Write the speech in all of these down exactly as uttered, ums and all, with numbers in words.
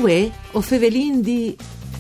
Uè, o Fevelin di...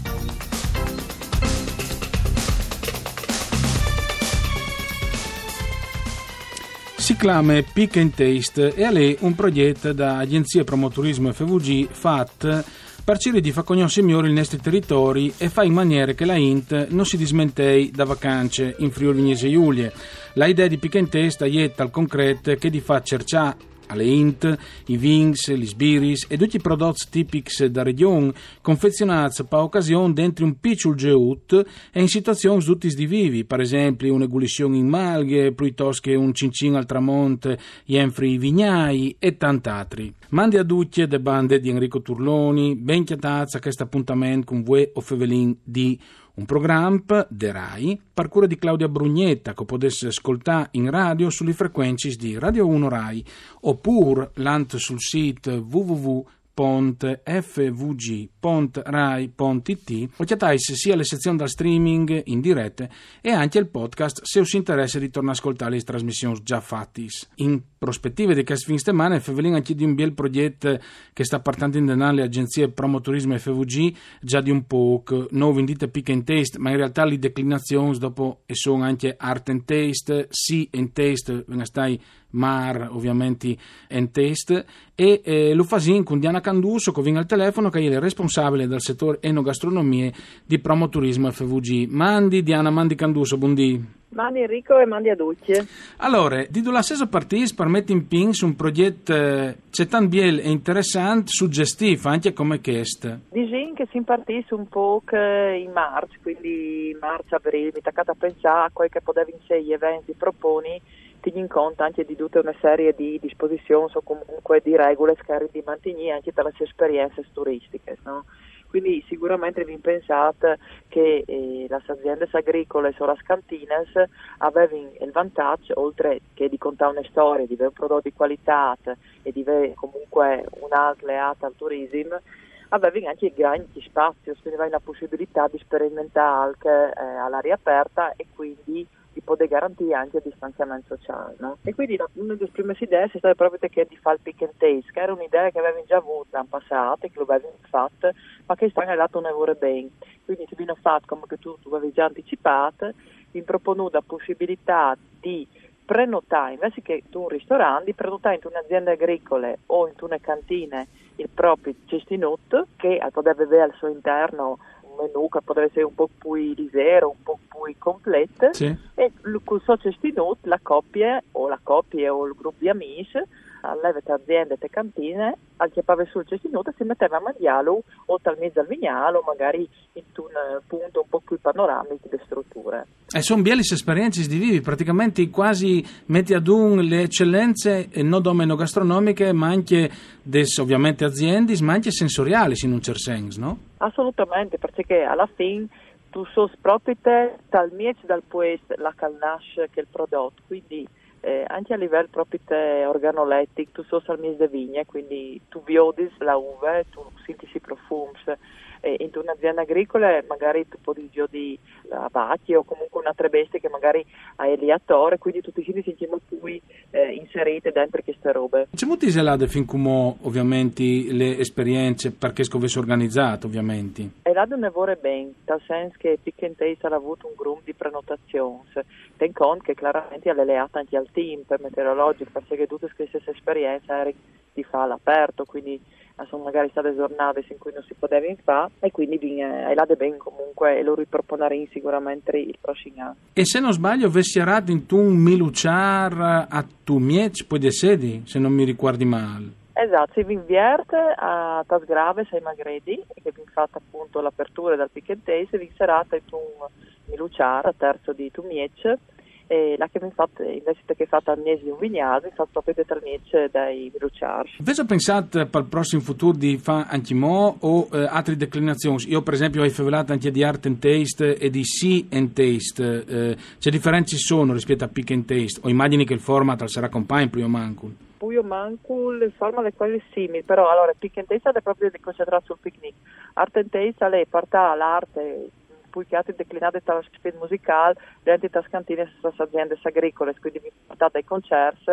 Si chiama Pick and Taste e è un progetto da Agenzia Promoturismo F V G fatto per cercare di far conoscere meglio i nostri territori e fa in maniera che la I N T non si dismentei da vacanze in Friuli Venezia Giulia. La idea di Pick and Taste è tal concreto che di fa cercare alle I N T, i vins, gli sbiris e tutti i prodotti tipici da regione confezionati per occasione dentro un piccolo geut e in situazioni tutti di vivi, per esempio un'egulizione in malghe, piuttosto che un cincin al tramonte, jenfri vignai e tant'altri. Mandi a tutti le bande di Enrico Turloni, ben chiatazza a questo appuntamento con voi o Fevelin di un programma de Rai, per cura di Claudia Brugnetta, che potesse ascoltare in radio sulle frequenze di Radio uno Rai, oppure l'ant sul sito w w w punto f v g punto rai punto i t o chiatais sia le sezioni da streaming in diretta e anche il podcast se us interessa di tornare a ascoltare le trasmissioni già fatte. In prospettiva di questo fin di settimana Fevelin anche di un bel progetto che sta partendo in denaro le agenzie Promoturismo F V G già di un po', non vendite Pick and Taste, ma in realtà le declinazioni dopo e sono anche Art and Taste, Sea and Taste, venga stai Mar ovviamente and Taste e eh, lo fasin con Diana Canduso che viene al telefono che è responsabile del settore enogastronomie di Promoturismo F V G. Mandi Diana, mandi Canduso, buondì. Mandi Enrico e mandi a tutti. Allora, di la stessa partita per mettere in pin su un progetto eh, c'è tan biel e interessante, suggestivo anche come questo. Disin che si impartisse un po' in marzo, quindi marzo-aprile, mi toccata a pensare a quel che poteva essere gli eventi proponi, tieni in conto anche di tutta una serie di disposizioni o comunque di regole che di mantenere anche per le sue esperienze turistiche, no? Quindi sicuramente vi pensate che eh, le aziende agricole o le cantine avevano il vantaggio, oltre che di contare una storia, di avere un prodotto di qualità e di avere comunque un'altra leata al turismo, avevano anche grandi spazi, quindi avevano la possibilità di sperimentare anche eh, all'aria aperta e quindi di poter garantire anche il distanziamento sociale, no? E quindi una delle prime idee è stata proprio che di fare il Pick and Taste, che era un'idea che avevamo già avuto in passato, che lo avevamo fatto, ma che sta nell'atto non lavora bene. Quindi ci abbiamo fatto, come che tu, tu avevi già anticipato, vi proponu la possibilità di prenotare, invece che tu un ristorante, di prenotare in un'azienda agricola o in una cantina il proprio cestinotto, che potrebbe avere al suo interno un menù che potrebbe essere un po' più leggero, un po' più completo, sì. E col suo cestinotto la coppia o la coppia o il gruppo di amici alle aziende e cantine alchiappava sul cestinotto e si metteva a mangiarlo o tal mezzo al vignale magari in un punto un po' più panoramico delle strutture. E sono belle esperienze di vivi, praticamente quasi metti ad un le eccellenze non domeno gastronomiche ma anche des, ovviamente aziende ma anche sensoriali in un certo senso, no? Assolutamente, perché alla fine tu so proprio te dal miec dal puest la calnash che il prodotto, quindi Eh, anche a livello proprio organolettico, tu so salmis de vigne, quindi tu viodis la uva, tu senti i profumi, eh, in un'azienda agricola magari tu puoi di la vacchia o comunque un'altra bestia che magari ha eliatore, quindi tutti i cibi si chiamano poi eh, inserite dentro queste robe. C'è molti isolati fin come ovviamente le esperienze perché scovesse organizzato ovviamente. E là non ne vuole bene, nel senso che Pick and Taste ha avuto un gruppo di prenotazioni, ten conto che chiaramente è alleata anche al team per meteorologico, perché tutte queste esperienze erano di fare all'aperto, quindi sono magari state giornate in cui non si poteva fare e quindi è là bene comunque e lo riproponeremo sicuramente il prossimo anno. E se non sbaglio vesserat in un miluciar a tu miec poi de sedi, se non mi ricordi male. Esatto, si vinvierte a Tasgrave, sei Magredi, che vi fatta appunto l'apertura dal Pick and Taste, vi serata in un miluciar a terzo di tu miec e la che mi fatto invece che fatta Agnese di un vignale, mi fatto proprio determinare dai miluciar. Invece pensate per il prossimo futuro di fare anche mo o eh, altre declinazioni? Io per esempio ho rivelato anche di Art and Taste e di Sea and Taste, eh, c'è differenze sono rispetto a Pick and Taste? O immagini che il format sarà compagno prima manco? Poi manco il format è quello simile, però allora Pick and Taste è proprio concentrato sul picnic. Art and Taste è porta l'arte poi che altri declinate tra la spesa musicale, le entità scantine sono aziende agricole, quindi mi portate ai concerti,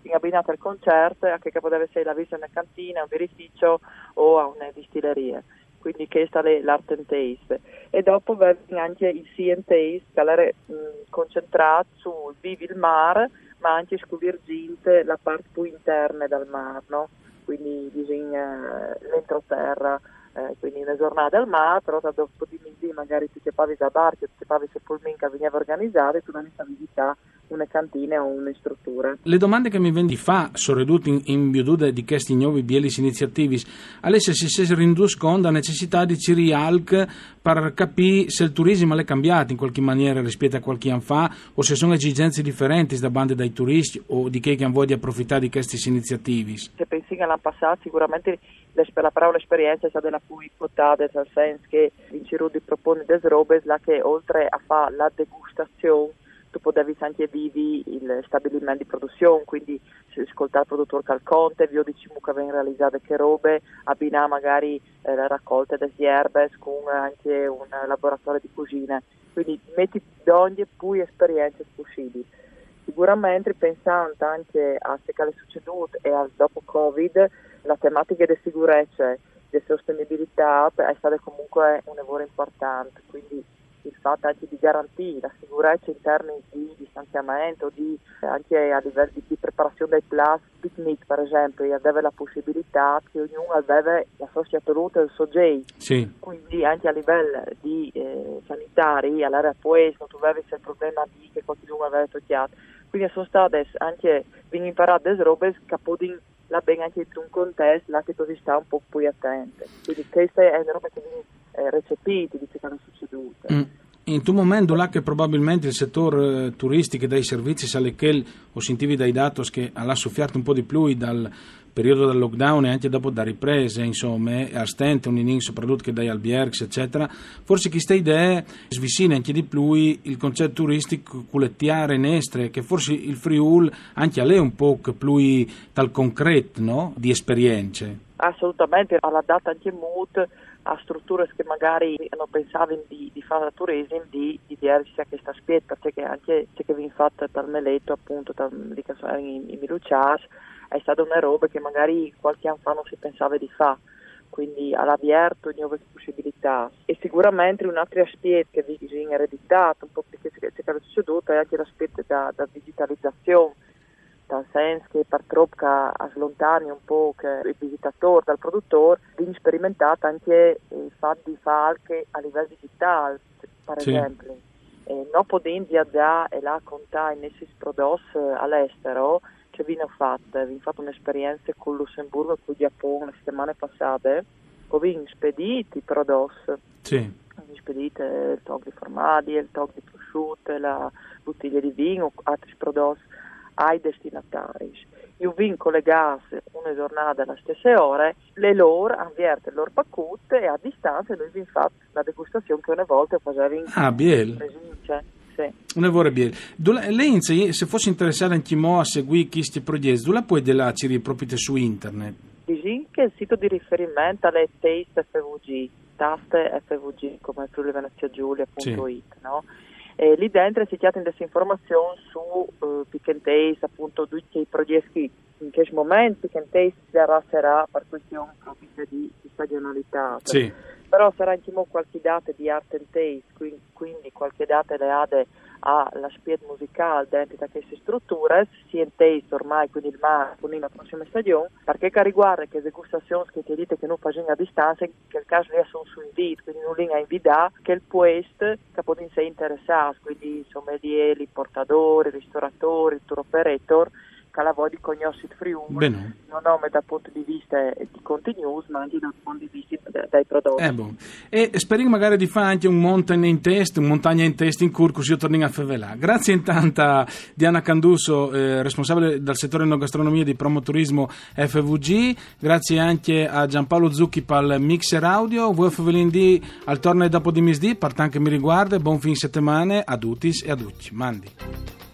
in abbinato al concerto, a che poteva essere la visita a una cantina, a un birrificio o a una distilleria. Quindi questa è l'art and taste. E dopo vengono anche il sea and taste, che è mh, concentrato su vivi il mare, ma anche scovirgente la parte più interna del mare, no? Quindi bisogna l'entroterra, eh, quindi una giornata al mare, però dopo di mesi magari ti chiappavi da barca, ti chiappavi se pulmin che veniva organizzata e tu venivano a visitare una cantina o una struttura. Le domande che mi vendi fa, soprattutto in, in virtù di questi nuovi bielis iniziativi, adesso si si rinduscono la necessità di Cirialc per capire se il turismo è cambiato in qualche maniera rispetto a qualche anno fa o se sono esigenze differenti da bande dai turisti o di chi che hanno voglia di approfittare di questi iniziativi. Se pensi all'anno passato sicuramente la parola esperienza è stata la più importante, nel senso che Vincirudi propone delle robe là che oltre a fare la degustazione tu potevi anche vivi il stabilimento di produzione, quindi ascoltare il produttore calconte, vi diciamo che vengono realizzate che robe, abbinare magari eh, la raccolta delle erbe con anche un laboratorio di cucina, quindi metti ogni più esperienze possibili. Sicuramente pensando anche a ciò che è succeduto e al dopo Covid, la tematica di sicurezza e di sostenibilità è stata comunque un lavoro importante, quindi il fatto anche di garantire la sicurezza in termini di distanziamento, di, anche a livello di, di preparazione dei plus, picnic per esempio, e aveva la possibilità che ognuno aveva la sua salute del soggetto, sì. Quindi anche a livello di eh, sanitari, all'area poetica, tu avevi il problema di che qualcuno aveva toccato, quindi sono state anche vengono imparate delle robe che possono la bene anche in un contesto là che tu sta un po' più attento, quindi questa è una roba che viene eh, recepita di ciò che è succeduto. Mm. In un momento là che probabilmente il settore eh, turistico e dei servizi sale che ho sentito dai dati che ha sofferto un po' di più dal periodo del lockdown e anche dopo da riprese, insomma, e al stente un inizio soprattutto che dai alberghi eccetera, forse questa idea svicina anche di più il concetto turistico culettiare in estre, che forse il Friul anche a lei un po' più tal concreto, no? Di esperienze. Assolutamente, alla data anche mood a strutture che magari non pensavano di, di fare turismo di, di diversi a questa aspetto, perché anche ciò che viene fatto dal Meletto appunto dal, di in, in Milucias è stata una roba che magari qualche anno fa non si pensava di fare, quindi all'abierto nuove possibilità. E sicuramente un altro aspetto che viene ereditato un po' perché c'è è succeduto è anche l'aspetto da, da digitalizzazione, nel senso che purtroppo a slontani un po' che il visitatore dal produttore viene sperimentato anche il fatto di fare anche a livello digitale, per sì. esempio. E non potendo viaggiare e là contare i nostri prodotti all'estero, che viene fatta, viene fatta un'esperienza con il Lussemburgo e con il Giappone le settimane passate, dove viene spediti i prodotti, sì. viene spediti il tog di formaggi, il tog di prosciutto, la bottiglia di vino, altri prodotti ai destinatari. Io vin collegarsi una giornata alle stesse ore, le loro avverte il loro pacchetto e a distanza noi vi fatto la degustazione che una volta facevi in ah, biel. presenza. Sì. Una vorrei biel. Lei, se fosse interessata anche mo a seguire questi progetti, dove la puoi delacere proprio su internet? Dici che il sito di riferimento è Taste F V G, taste F V G come Friuli Venezia Giulia punto it, sì. No? E lì dentro si chiede delle informazioni su uh, Pick and Taste, appunto tutti i progetti in che momento Pick and Taste sarà, sarà per questione proprio di, di stagionalità. Sì. Però sarà anche qualche data di art and taste, quindi, quindi qualche data le ade alla spiet musicale dentro da queste strutture, sia in taste ormai, quindi il mare, quindi la prossima stagione, perché che riguarda che degustazioni che ti dite che non facciamo a distanza, che il caso lì sono su invito, quindi non lì a invitare, che il puest che può essere interessato, quindi sommelier, i portatori, i ristoratori, il tour operator, che la voglia di conoscere il Friuli, non solo dal punto di vista di contenuti, ma anche dal punto di vista dei prodotti. Eh bon. E speriamo magari di fare anche un montagna in test, un montagna in test in cur, così io torno a Fevelà. Grazie intanto a Diana Canduso, eh, responsabile del settore enogastronomia di Promoturismo F V G, grazie anche a Giampaolo Zucchi per il mixer audio, voi Fevelindì al torno dopo di misdì, per tanto che mi riguarda, buon fin settimana a tutti e a tutti. Mandi.